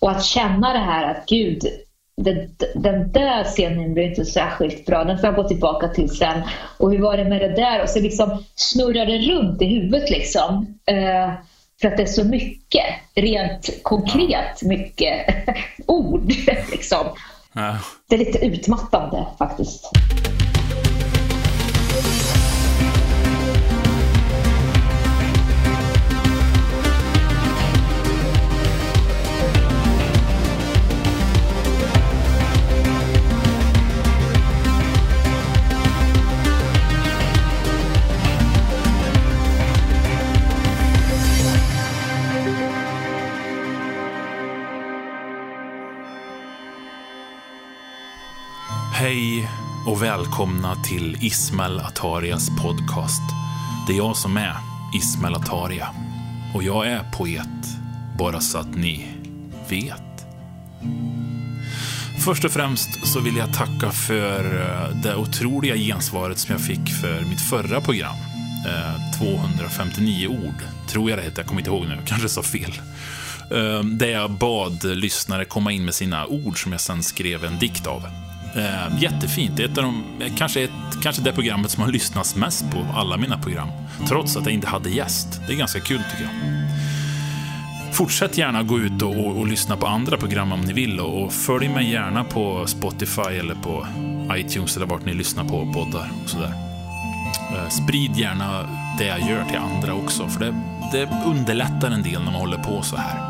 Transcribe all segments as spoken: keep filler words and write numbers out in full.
Och att känna det här att gud, den, den där scenen blir inte särskilt bra, den får jag gå tillbaka till sen. Och hur var det med det där? Och så liksom snurrar det runt i huvudet liksom. Eh, för att det är så mycket, rent konkret mycket ord liksom. Ja. Det är lite utmattande faktiskt. Hej och välkomna till Ismail Atarias podcast. Det är jag som är Ismail Ataria. Och jag är poet, bara så att ni vet. Först och främst så vill jag tacka för det otroliga gensvaret som jag fick för mitt förra program. tvåhundrafemtionio ord, tror jag det heter, jag kommer inte ihåg nu, kanske sa fel. Där jag bad lyssnare komma in med sina ord som jag sen skrev en dikt av. Uh, jättefint, det är ett av de, kanske, ett, kanske det programmet som har lyssnats mest på alla mina program, trots att jag inte hade gäst. Det är ganska kul tycker jag. Fortsätt gärna gå ut och, och, och lyssna på andra program om ni vill, och, och följ mig gärna på Spotify eller på iTunes eller vart ni lyssnar på poddar och sådär. Uh, sprid gärna det jag gör till andra också, för det, det underlättar en del när man håller på så här.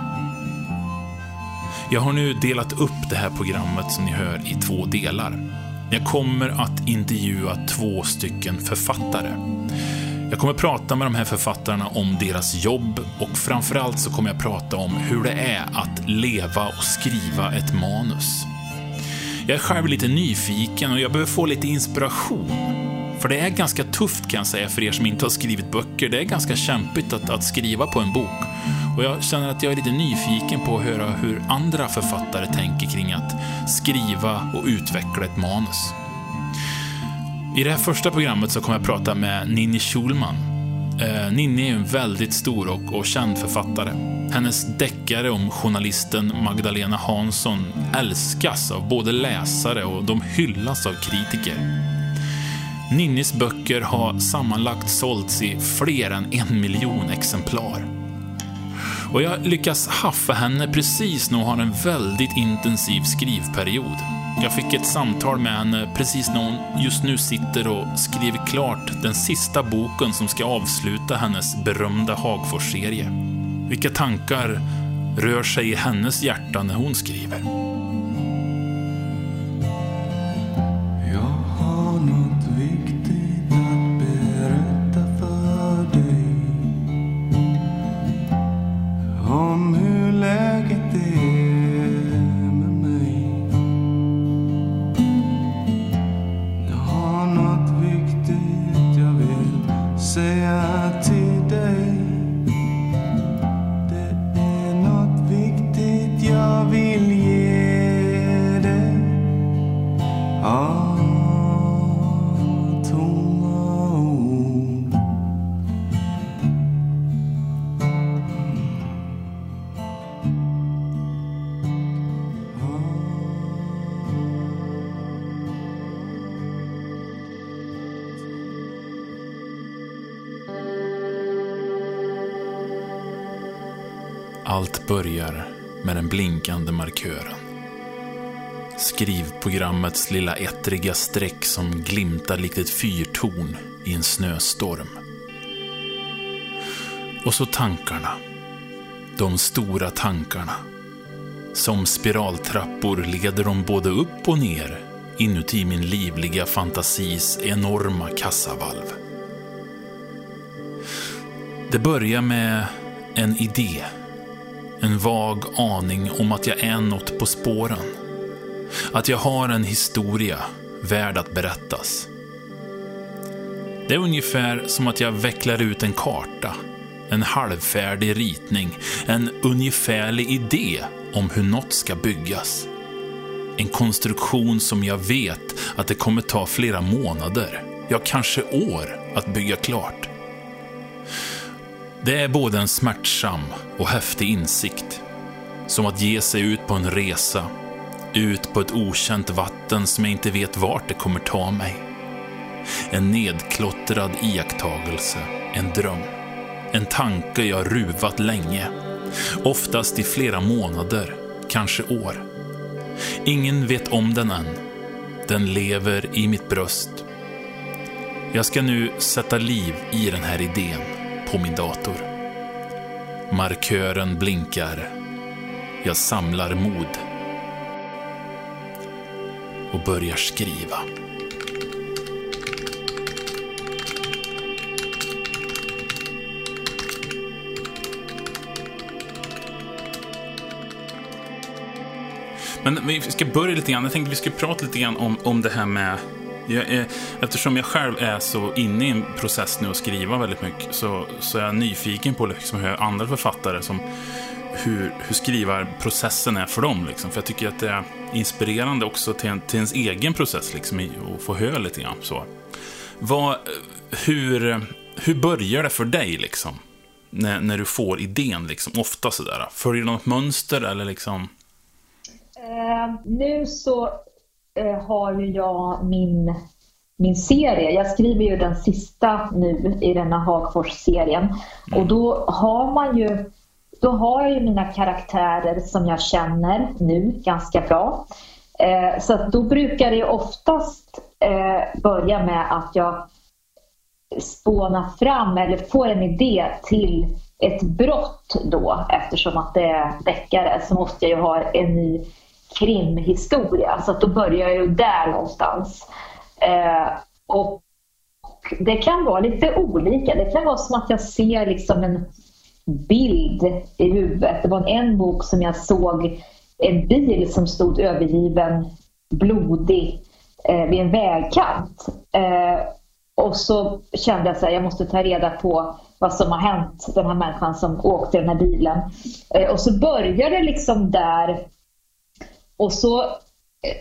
Jag har nu delat upp det här programmet som ni hör i två delar. Jag kommer att intervjua två stycken författare. Jag kommer prata med de här författarna om deras jobb, och framförallt så kommer jag prata om hur det är att leva och skriva ett manus. Jag är själv lite nyfiken och jag behöver få lite inspiration. För det är ganska tufft, kan jag säga, för er som inte har skrivit böcker. Det är ganska kämpigt att, att skriva på en bok. Och jag känner att jag är lite nyfiken på att höra hur andra författare tänker kring att skriva och utveckla ett manus. I det här första programmet så kommer jag prata med Ninni Schulman. Eh, Ninni är en väldigt stor och, och känd författare. Hennes deckare om journalisten Magdalena Hansson älskas av både läsare och de hyllas av kritiker. Ninnis böcker har sammanlagt sålts i fler än en miljon exemplar. Och jag lyckas haffa henne precis när hon har en väldigt intensiv skrivperiod. Jag fick ett samtal med henne precis när hon just nu sitter och skriver klart den sista boken som ska avsluta hennes berömda Hagfors-serie. Vilka tankar rör sig i hennes hjärta när hon skriver? Allt börjar med den blinkande markören. Skrivprogrammets lilla ettriga streck som glimtar likt ett fyrtorn i en snöstorm. Och så tankarna. De stora tankarna. Som spiraltrappor leder de både upp och ner inuti min livliga fantasis enorma kassavalv. Det börjar med en idé. En vag aning om att jag är något på spåren. Att jag har en historia värd att berättas. Det är ungefär som att jag vecklar ut en karta. En halvfärdig ritning. En ungefärlig idé om hur något ska byggas. En konstruktion som jag vet att det kommer ta flera månader, ja kanske år, att bygga klart. Det är både en smärtsam och häftig insikt. Som att ge sig ut på en resa, ut på ett okänt vatten som jag inte vet vart det kommer ta mig. En nedklottrad iakttagelse, en dröm. En tanke jag ruvat länge, oftast i flera månader, kanske år. Ingen vet om den än. Den lever i mitt bröst. Jag ska nu sätta liv i den här idén på min dator. Markören blinkar. Jag samlar mod och börjar skriva. Men vi ska börja lite grann. Jag tänkte vi ska prata lite grann om, om det här med... Jag är, eftersom jag själv är så inne i en process nu och skriva väldigt mycket, så, så är jag nyfiken på liksom hur andra författare som... Hur, hur skrivarprocessen är för dem liksom. För jag tycker att det är inspirerande också till, en, till ens egen process liksom, i, och få höra lite grann så. Vad, hur, hur börjar det för dig liksom? När, när du får idén liksom, ofta sådär. Följer något mönster eller liksom? Uh, nu så uh, har ju jag min, min serie. Jag skriver ju den sista nu i denna Hagfors-serien. Mm. Och då har man ju Då har jag ju mina karaktärer som jag känner nu ganska bra. Eh, så att då brukar det ju oftast eh, börja med att jag spånar fram eller får en idé till ett brott då. Eftersom att det är deckare så måste jag ju ha en ny krimhistoria. Så att då börjar jag ju där någonstans. Eh, och det kan vara lite olika. Det kan vara som att jag ser liksom en bild i huvudet. Det var en bok som jag såg en bil som stod övergiven, blodig eh, vid en vägkant. Eh, och så kände jag så här, jag måste ta reda på vad som har hänt den här människan som åkte den här bilen. Eh, och så började det liksom där. Och så eh,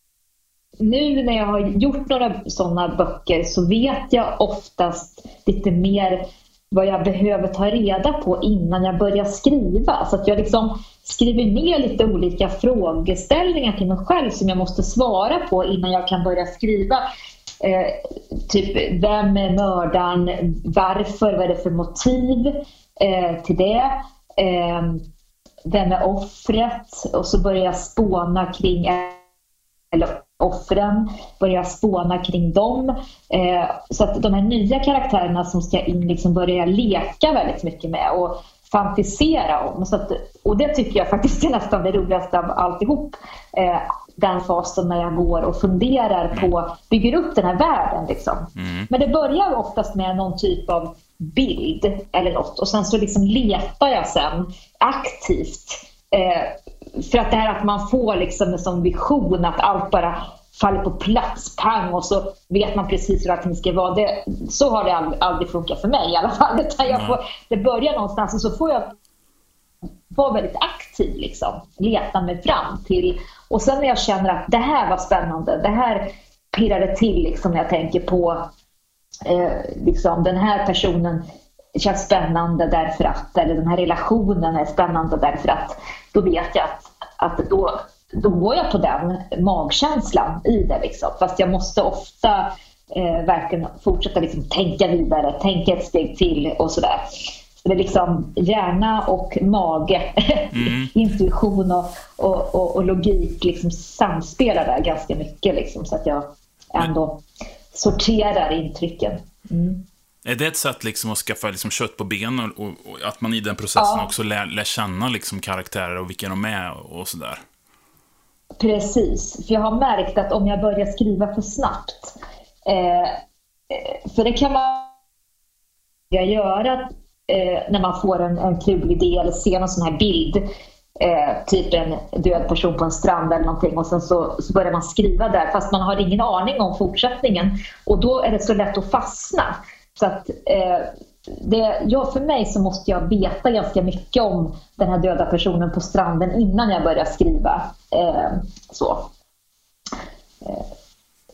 nu när jag har gjort några sådana böcker så vet jag oftast lite mer vad jag behöver ta reda på innan jag börjar skriva. Så att jag liksom skriver ner lite olika frågeställningar till mig själv som jag måste svara på innan jag kan börja skriva. Eh, typ, vem är mördaren? Varför? Vad är det för motiv eh, till det? Eh, vem är offret? Och så börjar jag spåna kring... Eller offren, börja spåna kring dem. Eh, så att de här nya karaktärerna som ska in liksom börjar leka väldigt mycket med och fantisera om. Så att, och det tycker jag faktiskt är nästan det roligaste av alltihop. Eh, den fasen när jag går och funderar på, bygger upp den här världen liksom. Mm. Men det börjar oftast med någon typ av bild eller något. Och sen så liksom letar jag sen aktivt. Eh, för att det här att man får liksom en sån vision att allt bara faller på plats, pang, och så vet man precis hur allting ska vara. Det, så har det aldrig, aldrig funkat för mig i alla fall. Utan jag får, det börjar någonstans och så får jag vara väldigt aktiv liksom, leta mig fram till. Och sen när jag känner att det här var spännande, det här pirrade till liksom, när jag tänker på eh, liksom, den här personen känns spännande därför att, eller den här relationen är spännande därför att, då vet jag att, att då, då går jag på den magkänslan i det liksom. Fast jag måste ofta eh, verkligen fortsätta liksom, tänka vidare, tänka ett steg till och sådär. Så det är liksom hjärna och mage, mm. intuition och, och, och, och logik liksom samspelar där ganska mycket liksom, så att jag ändå sorterar intrycken. Mm. Är det ett sätt liksom att skaffa liksom kött på benen och, och att man i den processen ja. också lär, lär känna liksom karaktärer och vilka de är och sådär? Precis, för jag har märkt att om jag börjar skriva för snabbt, eh, för det kan man göra eh, när man får en, en kul idé eller ser någon sån här bild, eh, typ en död person på en strand eller någonting, och sen så, så börjar man skriva där fast man har ingen aning om fortsättningen, och då är det så lätt att fastna. Så att eh, det, ja, för mig så måste jag veta ganska mycket om den här döda personen på stranden innan jag börjar skriva. Eh, så. Eh,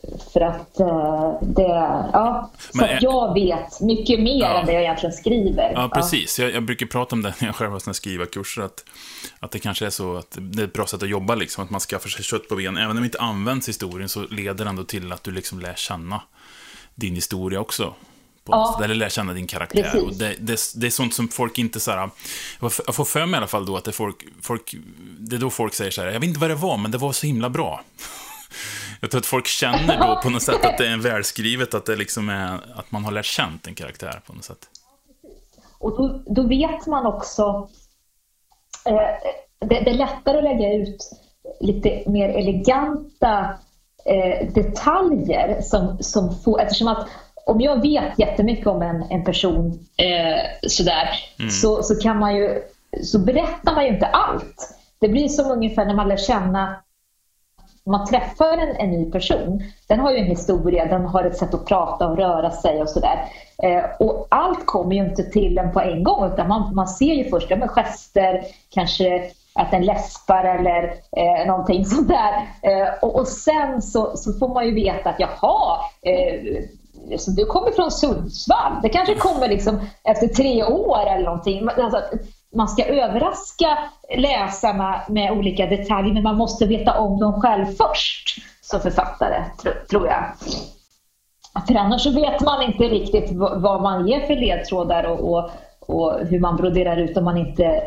För att uh, det, ja, så Men, att jag vet mycket mer ja. än det jag egentligen skriver. Ja, precis. Ja. Jag, jag brukar prata om det när jag själv har skriva kurser, att, att det kanske är så att det är ett bra sätt att jobba, liksom, att man skaffar sig kött på ben. Även om det inte används historien, så leder det ändå till att du liksom lär känna din historia också. Ja. Eller lär känna din karaktär. Och det, det, det är sånt som folk inte så här, jag får för mig i alla fall då att det, folk, folk, det är då folk säger så här: jag vet inte vad det var, men det var så himla bra. Jag tror att folk känner då på något sätt att det är en välskrivet, att det liksom är att man har lärt känt en karaktär på något sätt. Och då, då vet man också eh, det, det är lättare att lägga ut lite mer eleganta eh, detaljer som, som får, eftersom att om jag vet jättemycket om en, en person eh, sådär, mm. så, så kan man ju, så berättar man ju inte allt. Det blir som ungefär när man lär känna, man träffar en, en ny person. Den har ju en historia, den har ett sätt att prata och röra sig och sådär. Eh, och allt kommer ju inte till en på en gång, utan man, man ser ju först med gester, kanske att den läspar eller eh, någonting sånt där. Eh, och, och sen så, så får man ju veta att jaha, eh, så du kommer från Sundsvall. Det kanske kommer liksom efter tre år eller någonting. Alltså, man ska överraska läsarna med olika detaljer, men man måste veta om dem själv först som författare, tr- tror jag. För annars så vet man inte riktigt v- vad man ger för ledtrådar och, och, och hur man broderar ut om man inte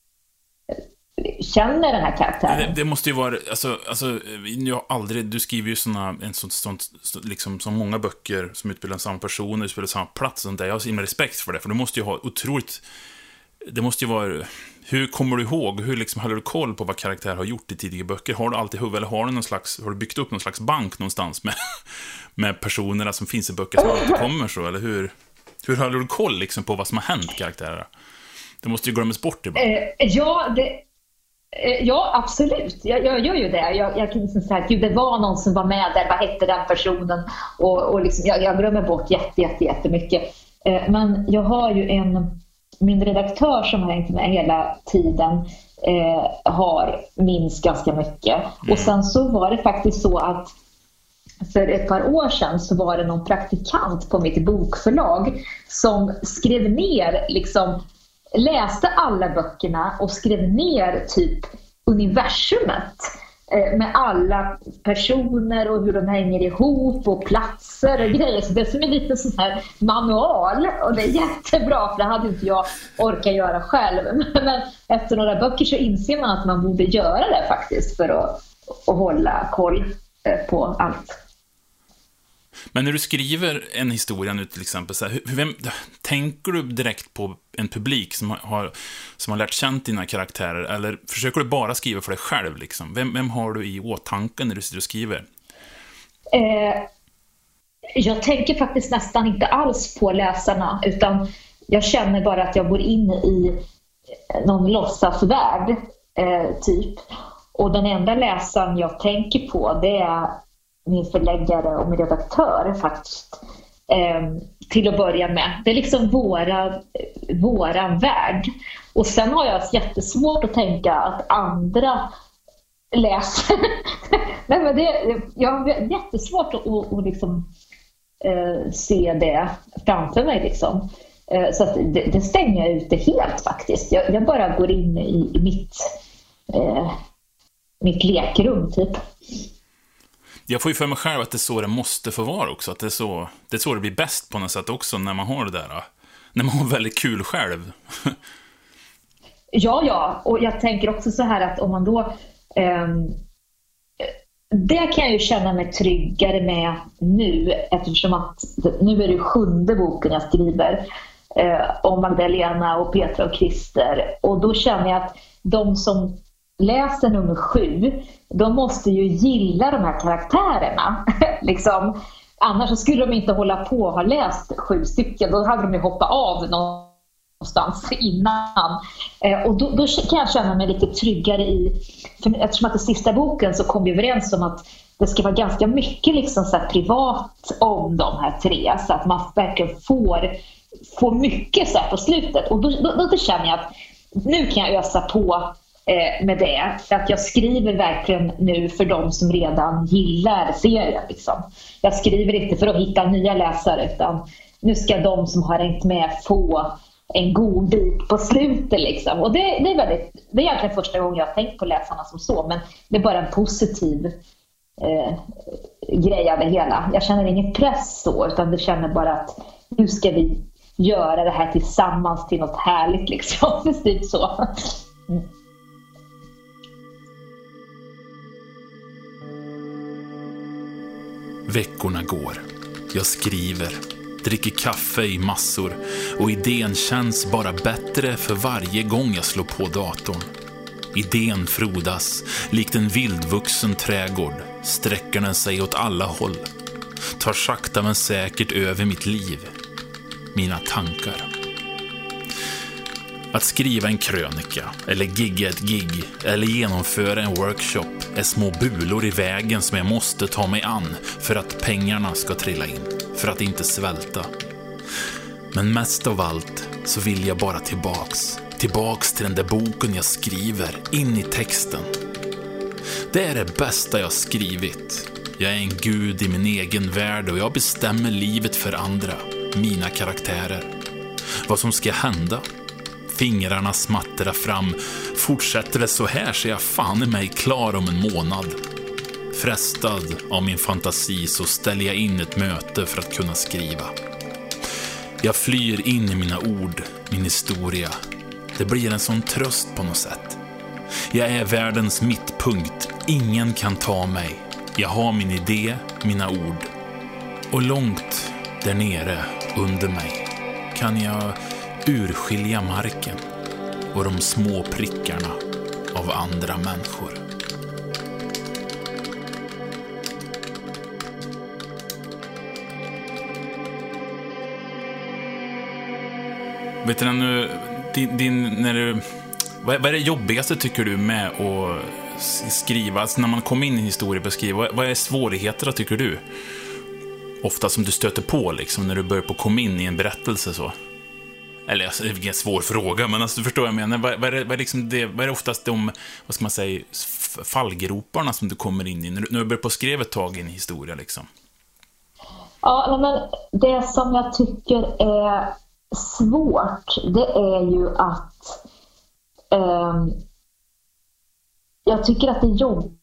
känner den här karaktären. Det, det måste ju vara, alltså, alltså jag har aldrig, du skriver ju såna, en sån, sån, liksom som många böcker som utbildar samma personer, utbildar samma plats, sånt där. Jag har så himla respekt för det, för du måste ju ha otroligt, det måste ju vara, hur kommer du ihåg, hur liksom håller du koll på vad karaktär har gjort i tidigare böcker? Har du alltid huvud, eller har du någon slags, har du byggt upp någon slags bank någonstans med, med personerna som finns i böcker som alltid kommer så, eller hur, hur håller du koll liksom på vad som har hänt karaktärer? Det måste ju glömmas bort ibland. Eh, ja, det Ja, absolut. Jag, jag gör ju det. Jag, jag kan liksom säga att det var någon som var med där. Vad hette den personen? Och, och liksom, jag, jag glömmer bort jätte, jätte, jättemycket. Eh, men jag har ju en... Min redaktör som har hängt med hela tiden eh, har minst ganska mycket. Mm. Och sen så var det faktiskt så att för ett par år sedan så var det någon praktikant på mitt bokförlag som skrev ner liksom... läste alla böckerna och skrev ner typ universumet eh, med alla personer och hur de hänger ihop och platser och grejer. Så det är som en liten sån här manual, och det är jättebra, för det hade inte jag orkat göra själv. Men efter några böcker så inser man att man borde göra det faktiskt för att, att hålla koll eh, på allt. Men när du skriver en historia nu till exempel, så här, vem, tänker du direkt på en publik som har, som har lärt känt dina karaktärer, eller försöker du bara skriva för dig själv? Liksom? Vem, vem har du i åtanke när du sitter och skriver? Eh, jag tänker faktiskt nästan inte alls på läsarna, utan jag känner bara att jag går in i någon låtsasvärld eh, typ. Och den enda läsaren jag tänker på, det är min förläggare och min redaktör faktiskt, eh, till att börja med. Det är liksom våra, våran värld. Och sen har jag jättesvårt att tänka att andra läser. Nej, men det, jag har jättesvårt att, att, att liksom, eh, se det framför mig. Liksom. Eh, så att det, det stänger jag ute helt faktiskt. Jag, jag bara går in i, i mitt, eh, mitt lekrum typ. Jag får ju för mig själv att det är så det måste få vara också. Att det är så det, är så det blir bäst på något sätt också när man har det där. När man har väldigt kul själv. Ja, ja. Och jag tänker också så här att om man då... Um, det kan jag ju känna mig tryggare med nu. Eftersom att nu är det sjunde boken jag skriver. Uh, om Magdalena och Petra och Christer. Och då känner jag att de som läser nummer sju, de måste ju gilla de här karaktärerna. liksom. Annars så skulle de inte hålla på och ha läst sju stycken. Då hade de ju hoppat av någonstans innan. Eh, och då, då kan jag känna mig lite tryggare i... För eftersom att den sista boken så kom vi överens om att det ska vara ganska mycket liksom så här privat om de här tre. Så att man verkligen får, får mycket så här på slutet. Och då, då, då känner jag att nu kan jag ösa på eh, med det. För att jag skriver verkligen nu för de som redan gillar serien. Liksom. Jag skriver inte för att hitta nya läsare, utan nu ska de som har hängt med få en god bit på slutet. Liksom. Och det, det, är väldigt, det är egentligen första gången jag har tänkt på läsarna som så, men det är bara en positiv eh, grej av det hela. Jag känner ingen press så, utan det känner bara att nu ska vi göra det här tillsammans till något härligt. Liksom. Typ så. Mm. Veckorna går. Jag skriver, dricker kaffe i massor och idén känns bara bättre för varje gång jag slår på datorn. Idén frodas, likt en vildvuxen trädgård, sträcker den sig åt alla håll. Tar sakta men säkert över mitt liv, mina tankar. Att skriva en krönika, eller gigga ett gig, eller genomföra en workshop är små bulor i vägen som jag måste ta mig an för att pengarna ska trilla in, för att inte svälta. Men mest av allt så vill jag bara tillbaks, tillbaks till den där boken jag skriver, in i texten. Det är det bästa jag skrivit. Jag är en gud i min egen värld och jag bestämmer livet för andra, mina karaktärer. Vad som ska hända. Fingrarna smattrar fram. Fortsätter det så här så är jag fan i mig klar om en månad. Frestad av min fantasi så ställer jag in ett möte för att kunna skriva. Jag flyr in i mina ord, min historia. Det blir en sån tröst på något sätt. Jag är världens mittpunkt. Ingen kan ta mig. Jag har min idé, mina ord. Och långt där nere under mig kan jag urskilja marken och de små prickarna av andra människor. Vet du nu, din, din, när du, vad, vad är det jobbigaste tycker du med att skriva? Alltså när man kommer in i historiebeskrivning, vad, vad är svårigheterna tycker du? Ofta som du stöter på liksom, när du börjar på komma in i en berättelse så. Eller alltså, det är en svår fråga, men alltså, du förstår vad jag menar. Vad, vad, är det, vad, är liksom det, vad är det oftast de, vad ska man säga, fallgroparna som du kommer in i när du, när du börjar på skriva ett tag i en historia liksom? Ja, men det som jag tycker är svårt, det är ju att eh, jag tycker att det är jobbigt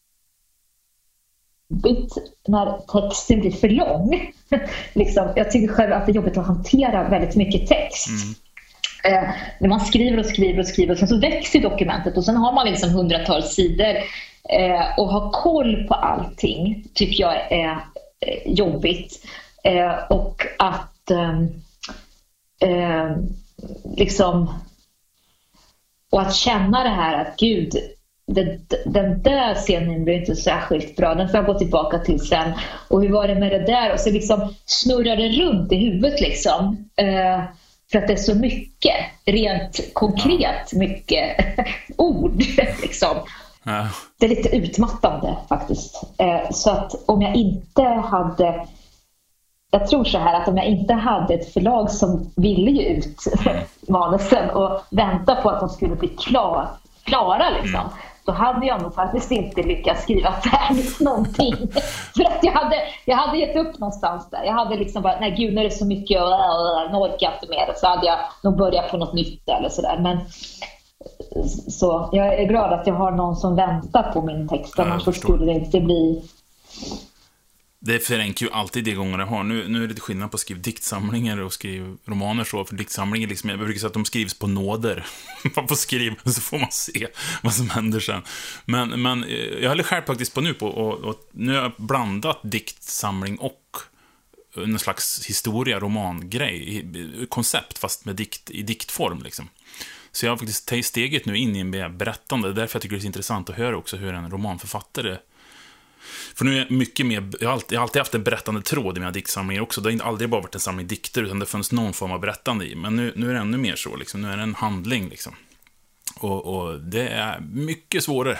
när texten blir för lång. liksom, jag tycker själv att det är jobbigt att hantera väldigt mycket text. Mm. Eh, när man skriver och skriver och skriver och sen så växer dokumentet och sen har man liksom hundratals sidor eh, och ha koll på allting tycker jag är eh, jobbigt. Eh, och att eh, eh, liksom och att känna det här att gud, den, den där scenen blir inte särskilt bra, den får jag gå tillbaka till sen, och hur var det med det där, och så liksom snurrar det runt i huvudet liksom, eh, för att det är så mycket rent konkret, mycket ord liksom. Ja. Det är lite utmattande faktiskt, eh, så att om jag inte hade jag tror så här att om jag inte hade ett förlag som ville ge ut manusen och vänta på att de skulle bli klar, klara liksom, mm. då hade jag nog faktiskt inte lyckats skriva färdigt någonting. För att jag hade, jag hade gett upp någonstans där. Jag hade liksom bara, nej gud, nu är det så mycket, nu orkar jag inte mer. Så hade jag nog börjat på något nytt eller sådär. Men så jag är glad att jag har någon som väntar på min text. Annars så skulle det inte bli... Det förenklar ju alltid de gånger jag har. Nu, nu är det skillnad på att skriva diktsamlingar och skriva romaner så. För diktsamlingar liksom, jag brukar säga att de skrivs på nåder. Man får skriva så får man se vad som händer sen. Men, men jag håller själv faktiskt på nu på och, och nu har jag blandat diktsamling och en slags historia, romangrej, koncept fast med dikt, i diktform liksom. Så jag har faktiskt tagit steget nu in i en berättande. Därför jag tycker det är så intressant att höra också hur en romanförfattare. För nu är jag mycket mer, jag har alltid, jag har alltid haft en berättande tråd i mina diktsamlingar också. Det har inte aldrig bara varit en samling dikter, utan det funnits någon form av berättande i. Men nu, nu är det ännu mer så, liksom. Nu är det en handling liksom. Och, och det är mycket svårare.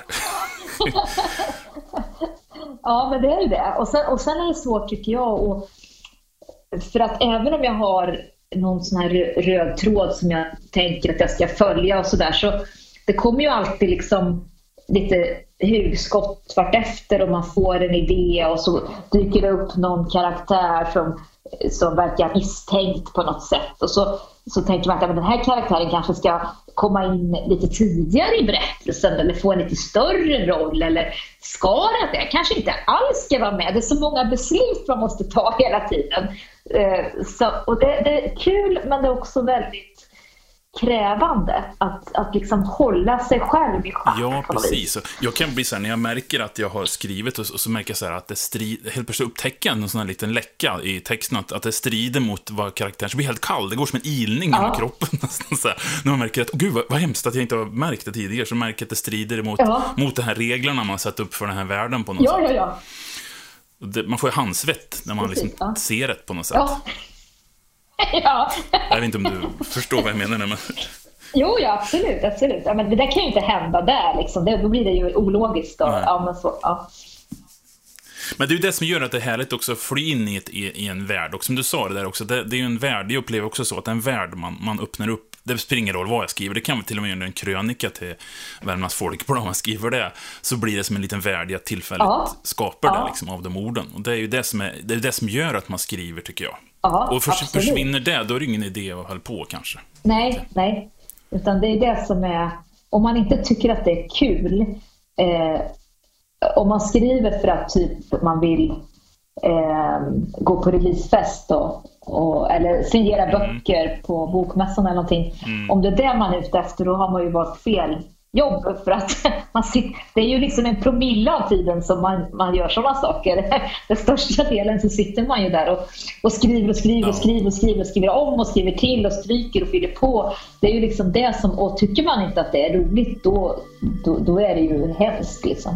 Ja, men det är det. Och sen, och sen är det svårt tycker jag. Och, för att även om jag har någon sån här röd tråd som jag tänker att jag ska följa och sådär, så, det kommer ju alltid liksom lite hugskott vart efter och man får en idé och så dyker det upp någon karaktär som, som verkar misstänkt på något sätt och så, så tänker man att ja, den här karaktären kanske ska komma in lite tidigare i berättelsen eller få en lite större roll eller ska det kanske inte alls ska vara med. Det är så många beslut man måste ta hela tiden. Så, och det, det är kul men det är också väldigt krävande att, att liksom hålla sig själv i schack. Ja, precis. Jag kan bli så här, när jag märker att jag har skrivit och så, och så märker jag så här att det strider, helt plötsligt upptäcker en sån här liten läcka i texten att, att det strider mot vad karaktären, så blir helt kall, det går som en ilning ja. genom kroppen nästan så här. När man märker att, åh gud vad, vad hemskt att jag inte har märkt det tidigare, så märker jag att det strider mot, ja. mot de här reglerna man satt upp för den här världen på något ja, sätt. Ja, ja, ja. Man får ju handsvett när man precis, liksom ja. ser det på något sätt. Ja. Ja. Jag vet inte om du förstår vad jag menar men... Jo, ja, absolut, absolut. Ja, men det där kan ju inte hända där liksom. Det, då blir det ju ologiskt då. Ja, men, så, ja. Men det är ju det som gör att det är härligt också att fly in i, ett, i, i en värld. Och som du sa det där också, det, det är ju en värld, jag upplever också så att en värld man, man öppnar upp, det spelar ingen roll vad jag skriver, det kan vi till och med göra en krönika till Värmlands Folkblad om man skriver det, så blir det som en liten värld jag tillfälligt ja. skapar ja. det liksom, av de orden. Och det är ju det som, är, det är det som gör att man skriver, tycker jag. Ja, och för, försvinner det, då är det ingen idé att hålla på kanske. Nej, nej. Utan det är det som är, om man inte tycker att det är kul, eh, om man skriver för att typ man vill eh, gå på releasefest och, och, eller signera mm. böcker på bokmässan eller någonting. Mm. Om det är det man är ute efter, då har man ju varit fel jobb, för att man sitter, det är ju liksom en promille av tiden som man, man gör sådana saker. Den största delen så sitter man ju där och, och skriver och skriver och skriver och skriver och skriver om och skriver till och stryker och fyller på. Det är ju liksom det som, och tycker man inte att det är roligt, då, då, då är det ju hemskt liksom.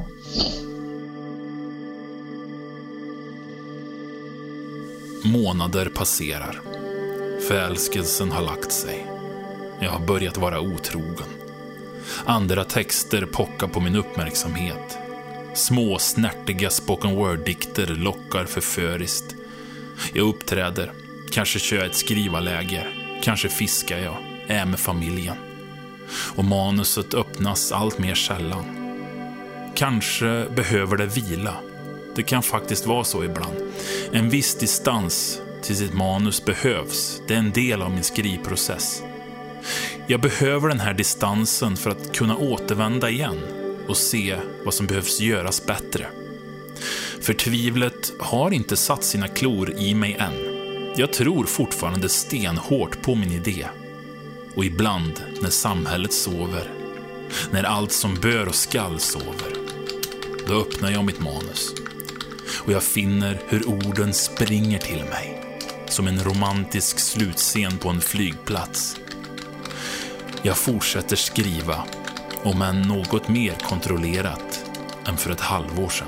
Månader passerar. Förälskelsen har lagt sig. Jag har börjat vara otrogen. Andra texter pockar på min uppmärksamhet. Små snärtiga spoken word-dikter lockar förföriskt. Jag uppträder. Kanske kör jag ett skrivarläger. Kanske fiskar jag. Är med familjen. Och manuset öppnas allt mer sällan. Kanske behöver det vila. Det kan faktiskt vara så ibland. En viss distans till sitt manus behövs. Det är en del av min skrivprocess. Jag behöver den här distansen för att kunna återvända igen och se vad som behövs göras bättre. För tvivlet har inte satt sina klor i mig än. Jag tror fortfarande stenhårt på min idé. Och ibland när samhället sover, när allt som bör och skall sover, då öppnar jag mitt manus. Och jag finner hur orden springer till mig, som en romantisk slutscen på en flygplats. Jag fortsätter skriva, om än något mer kontrollerat än för ett halvår sedan.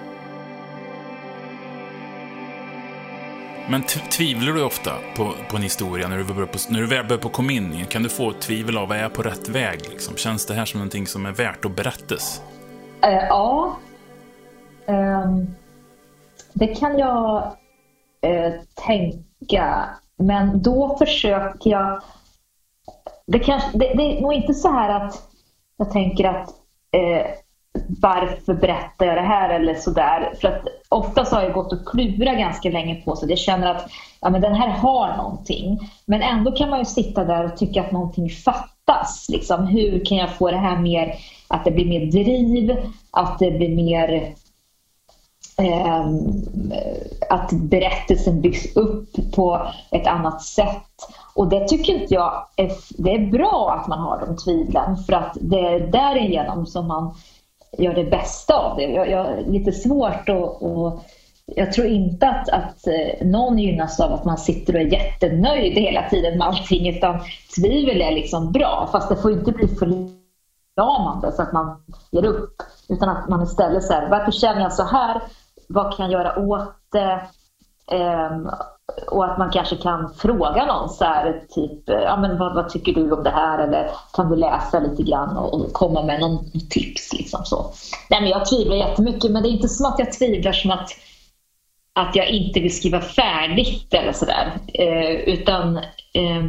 Men tvivlar du ofta på, på en historia när du, börjar på, när du väl börjar på komma in? Kan du få tvivel av, är jag på rätt väg? Liksom? Känns det här som någonting som är värt att berättas? Uh, ja. Um, det kan jag uh, tänka. Men då försöker jag... Det, kanske, det, det är nog inte så här att jag tänker att eh, varför berättar jag det här eller sådär. För att ofta så har jag gått och klurat ganska länge på så jag känner att ja, men den här har någonting. Men ändå kan man ju sitta där och tycka att någonting fattas. Liksom. Hur kan jag få det här mer, att det blir mer driv, att det blir mer... Eh, att berättelsen byggs upp på ett annat sätt. Och det tycker inte jag är, det är bra att man har de tvivlen, för att det är därigenom som man gör det bästa av det. Jag, jag är lite svårt och, och jag tror inte att, att någon gynnas av att man sitter och är jättenöjd hela tiden med allting, utan tvivel är liksom bra, fast det får inte bli förlamande så att man ger upp, utan att man istället så här, varför känner jag så här? Vad kan jag göra åt det? Um, och att man kanske kan fråga någon så här, typ, ja, men vad, vad tycker du om det här? Eller kan du läsa lite grann och, och komma med någon tips liksom så. Nej, men jag tvivlar jättemycket, men det är inte som att jag tvivlar som att, att jag inte vill skriva färdigt eller sådär. Uh, utan uh,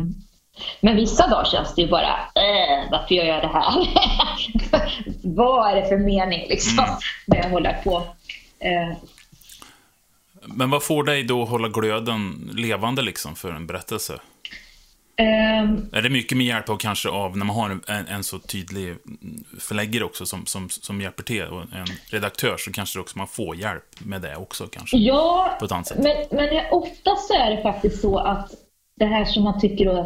Men vissa dagar känns det ju bara, äh, varför gör jag det här? Vad är det för mening liksom, mm. när jag håller på? Eh. Men vad får dig då att hålla glöden levande liksom för en berättelse? Um, är det mycket med hjälp av kanske av när man har en, en så tydlig förläggare också som, som, som hjälper till och en redaktör, så kanske också man får hjälp med det också kanske? Ja, på ett annat sätt. men, men oftast så är det faktiskt så att det här som man tycker då,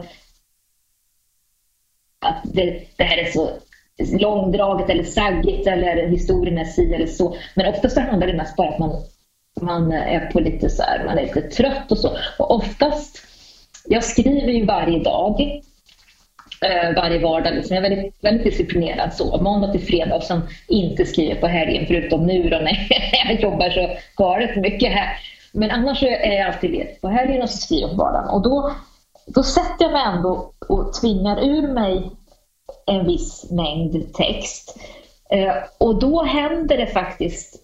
att det, det här är så långdraget eller saggigt eller historien är si eller så, men oftast handlar det mest bara att man, man är på lite så här, man är lite trött och så, och oftast jag skriver ju varje dag, eh, varje vardag. Liksom. Jag är väldigt, väldigt disciplinerad så. Måndag till fredag och sen inte skriver på helgen, förutom nu då när jag jobbar så galet mycket här. Men annars är jag alltid ledig på helgen och så skriver jag på vardagen. Och då, då sätter jag mig ändå och tvingar ur mig en viss mängd text. Eh, och då händer det faktiskt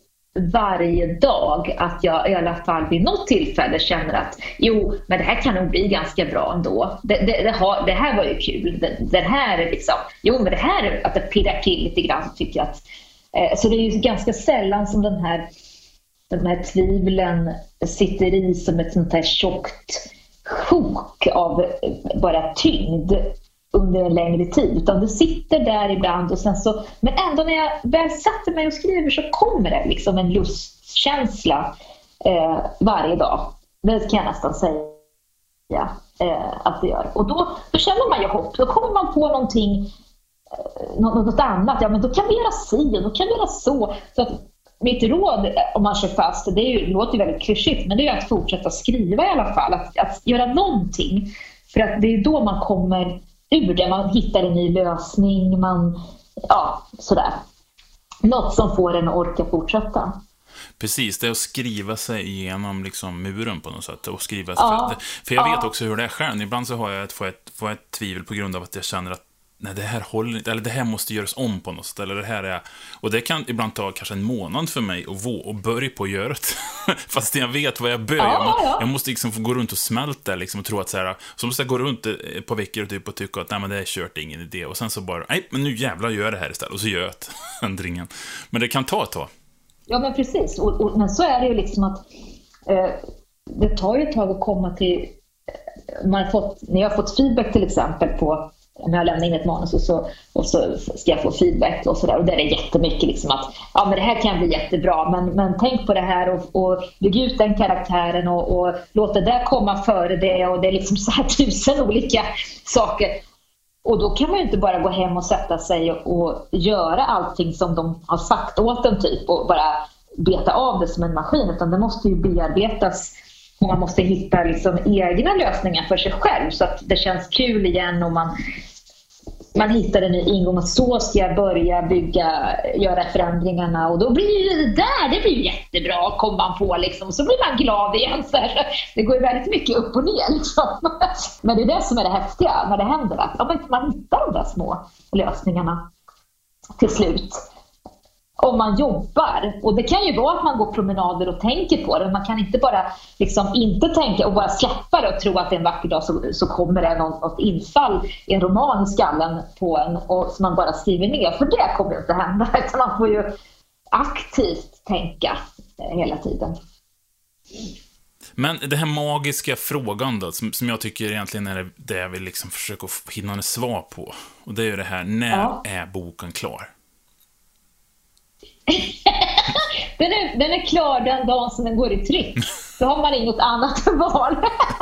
varje dag att jag i alla fall vid något tillfälle känner att jo, men det här kan nog bli ganska bra ändå. Det, det, det, har, det här var ju kul. Det, det här är liksom, jo men det här att det pirrar till lite grann tycker jag att, eh, så det är ju ganska sällan som den här den här tvivlen sitter i som ett sånt här tjockt sjok av bara tyngd under en längre tid, utan det sitter där ibland och sen så, men ändå när jag väl sätter mig och skriver så kommer det liksom en lustkänsla eh, varje dag. Det kan jag nästan säga eh, att det gör. Och då, då känner man ju hopp, då kommer man på någonting eh, något annat, ja men då kan vi göra si och då kan vi göra så. Så att mitt råd om man kör fast, det är ju, låter ju väldigt klyschigt, men det är ju att fortsätta skriva i alla fall, att, att göra någonting, för att det är då man kommer ur det, man hittar en ny lösning, man, ja, sådär. Något som får en att orka fortsätta. Precis, det är att skriva sig igenom liksom muren på något sätt. Och skriva, ja, för, för jag ja. vet också hur det är själv. Ibland så har jag ett, får, jag ett, får jag ett tvivel på grund av att jag känner att nej, det här håller inte, eller det här måste göras om på något sätt, eller det här är, och det kan ibland ta kanske en månad för mig att vå och börja på att göra det. Fast jag vet vad jag börjar. Ja, jag, ja. jag måste liksom få gå runt och smälta liksom, och tro att så här, så måste jag gå runt ett par veckor och typ och tycka att nej men det är kört, ingen idé, och sen så bara, nej men nu jävlar gör jag det här istället, och så gör jag ändringen. Men det kan ta ett tag. Ja men precis, och, och, men så är det ju liksom att eh, det tar ju ett tag att komma till, man har fått, när jag har fått feedback till exempel på, när jag lämnar in ett manus och så, och så ska jag få feedback och sådär, och där är det jättemycket liksom att ja men det här kan bli jättebra, men, men tänk på det här och, och bygg ut den karaktären och, och låt det där komma före det, och det är liksom så här tusen olika saker, och då kan man ju inte bara gå hem och sätta sig och, och göra allting som de har sagt åt en typ och bara beta av det som en maskin, utan det måste ju bearbetas. Och man måste hitta liksom egna lösningar för sig själv så att det känns kul igen, och man, man hittar en ny ingång, och så ska jag börja bygga, göra förändringarna, och då blir det där, det blir jättebra, kommer man på liksom, så blir man glad igen så här. Det går ju väldigt mycket upp och ner liksom. Men det är det som är det häftiga när det händer, att ja, man hittar de där små lösningarna till slut. Om man jobbar, och det kan ju vara att man går promenader och tänker på det, man kan inte bara liksom inte tänka och bara släppa det och tro att det är en vacker dag så, så kommer det något, något infall i en roman i skallen på en och som man bara skriver ner, för det kommer inte hända, utan man får ju aktivt tänka hela tiden. Men det här magiska frågan då, som, som jag tycker egentligen är det jag vill liksom försöka hinna en svar på, och det är ju det här, när ja. är boken klar? den, är, den är klar den dagen som den går i tryck. Då har man inget annat val.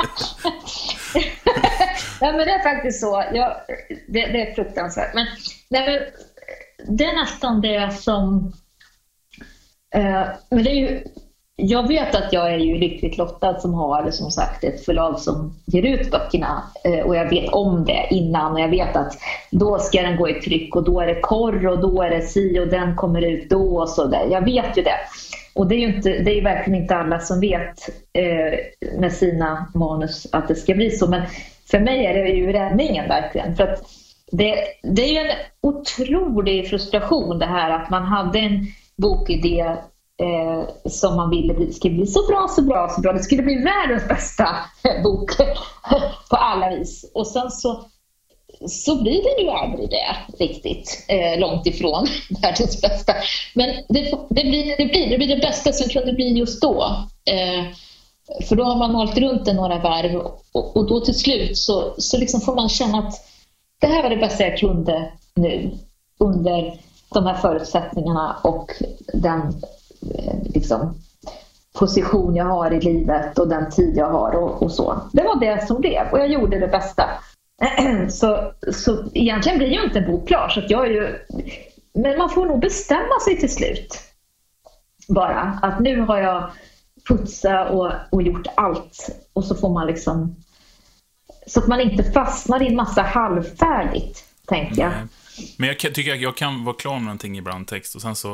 Nej, men det är faktiskt så. Jag, det, det är fruktansvärt. Men, nej, men det är nästan det som... Eh, men det är ju... Jag vet att jag är ju lyckligt lottad som har, som sagt, ett förlag som ger ut böckerna, och jag vet om det innan, och jag vet att då ska den gå i tryck, och då är det korr, och då är det si, och den kommer ut då och så där. Jag vet ju det. Och det är ju inte, det är verkligen inte alla som vet eh, med sina manus att det ska bli så, men för mig är det ju räddningen verkligen, för att det, det är ju en otrolig frustration det här att man hade en bokidé eh, som man ville bli. Det skulle bli så bra, så bra, så bra. Det skulle bli världens bästa bok på alla vis. Och sen så, så blir det ju aldrig det riktigt, eh, långt ifrån världens bästa. Men det, det, blir, det, blir, det blir det bästa som kunde bli just då. Eh, för då har man hållit runt det några varv och, och då till slut så, så liksom får man känna att det här var det bästa jag kunde nu under de här förutsättningarna och den eh, liksom, position jag har i livet och den tid jag har och, och så. Det var det som blev och jag gjorde det bästa. Så, så egentligen blir ju inte en bok klar, så att jag är ju, men man får nog bestämma sig till slut bara att nu har jag putsat och, och gjort allt, och så får man liksom, så att man inte fastnar i en massa halvfärdigt, tänker jag. Nej. Men jag kan, tycker att jag kan vara klar med någonting i brandtext och sen så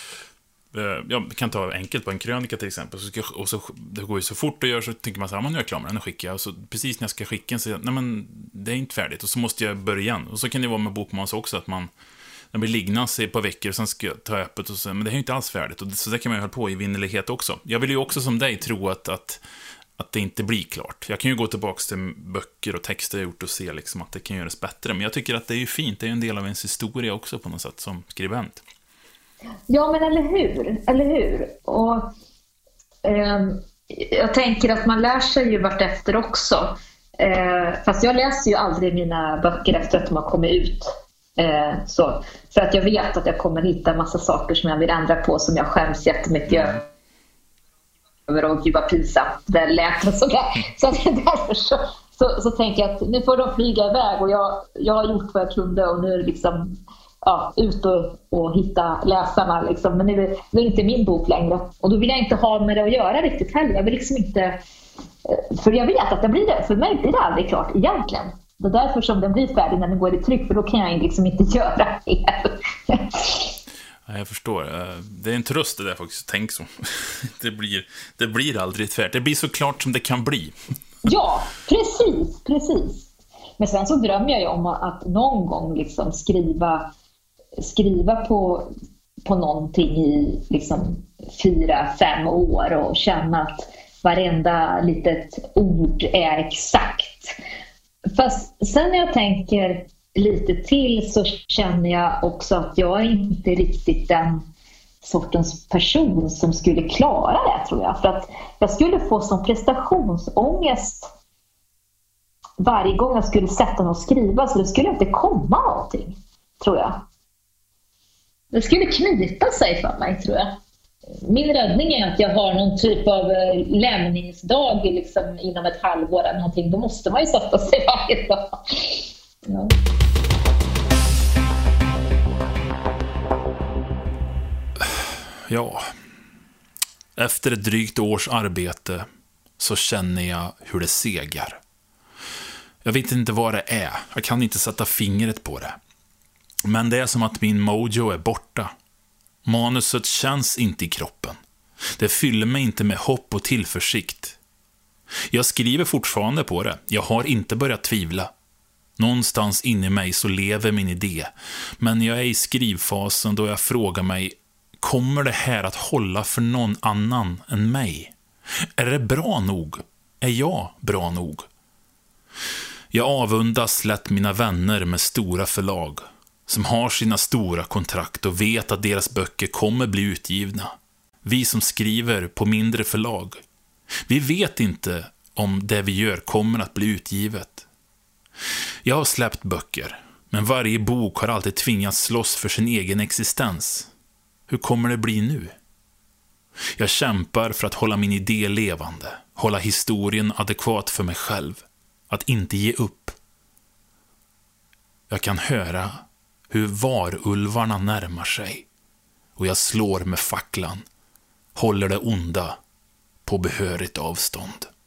jag kan ta enkelt på en krönika till exempel, och så, och så det går ju så fort att göra, så tänker man så här, nu är jag klar med den och skickar jag, och så precis när jag ska skicka så nej men det är inte färdigt, och så måste jag börja igen. Och så kan det vara med bokmanus också, att man den blir liggande sig på veckor och sen ska jag ta öppet och så, men det är ju inte alls färdigt, och det, så där kan man ju hålla på i vinnerlighet också. Jag vill ju också som dig tro att, att, att det inte blir klart. Jag kan ju gå tillbaka till böcker och texter jag gjort och se liksom att det kan göras bättre, men jag tycker att det är ju fint, det är ju en del av ens historia också på något sätt som skribent. Ja, men eller hur? Eller hur? Och eh, jag tänker att man lär sig ju vart efter också. Eh, fast jag läser ju aldrig mina böcker efter att de har kommit ut. Eh, så, för att jag vet att jag kommer hitta massa saker som jag vill ändra på, som jag skäms jättemycket mm. över, och gud vad pinsamt det lät och sådär. Så att därför så, så, så tänker jag att nu får de flyga iväg, och jag, jag har gjort vad jag kunde, och nu är det liksom ja, ut och, och hitta läsarna liksom. Men nu är det inte min bok längre, och då vill jag inte ha med det att göra riktigt heller. Jag vill liksom inte, för jag vet att det blir det, för mig blir det aldrig klart egentligen. Det är därför som den blir färdig när den går i tryck, för då kan jag liksom inte göra det. Ja, jag förstår. Det är en tröst det där faktiskt, tänk så. Det blir, det blir aldrig färdigt. Det blir så klart som det kan bli. Ja, precis, precis. Men sen så drömmer jag ju om att någon gång liksom skriva skriva på, på någonting i liksom fyra, fem år och känna att varenda litet ord är exakt. Fast sen när jag tänker lite till så känner jag också att jag är inte riktigt den sortens person som skulle klara det, tror jag. För att jag skulle få som prestationsångest varje gång jag skulle sätta mig och skriva, så det skulle inte komma någonting, tror jag. Det skulle knipa sig för mig, tror jag. Min räddning är att jag har någon typ av lämningsdag liksom inom ett halvår eller någonting. Då måste man ju sätta sig varje dag. Ja. Ja. Efter ett drygt års arbete så känner jag hur det segar. Jag vet inte vad det är. Jag kan inte sätta fingret på det. Men det är som att min mojo är borta. Manuset känns inte i kroppen. Det fyller mig inte med hopp och tillförsikt. Jag skriver fortfarande på det. Jag har inte börjat tvivla. Någonstans inne i mig så lever min idé. Men jag är i skrivfasen då jag frågar mig, kommer det här att hålla för någon annan än mig? Är det bra nog? Är jag bra nog? Jag avundas lätt mina vänner med stora förlag, som har sina stora kontrakt och vet att deras böcker kommer bli utgivna. Vi som skriver på mindre förlag, vi vet inte om det vi gör kommer att bli utgivet. Jag har släppt böcker, men varje bok har alltid tvingats slåss för sin egen existens. Hur kommer det bli nu? Jag kämpar för att hålla min idé levande, hålla historien adekvat för mig själv, att inte ge upp. Jag kan höra hur varulvarna närmar sig, och jag slår med facklan, håller det onda på behörigt avstånd.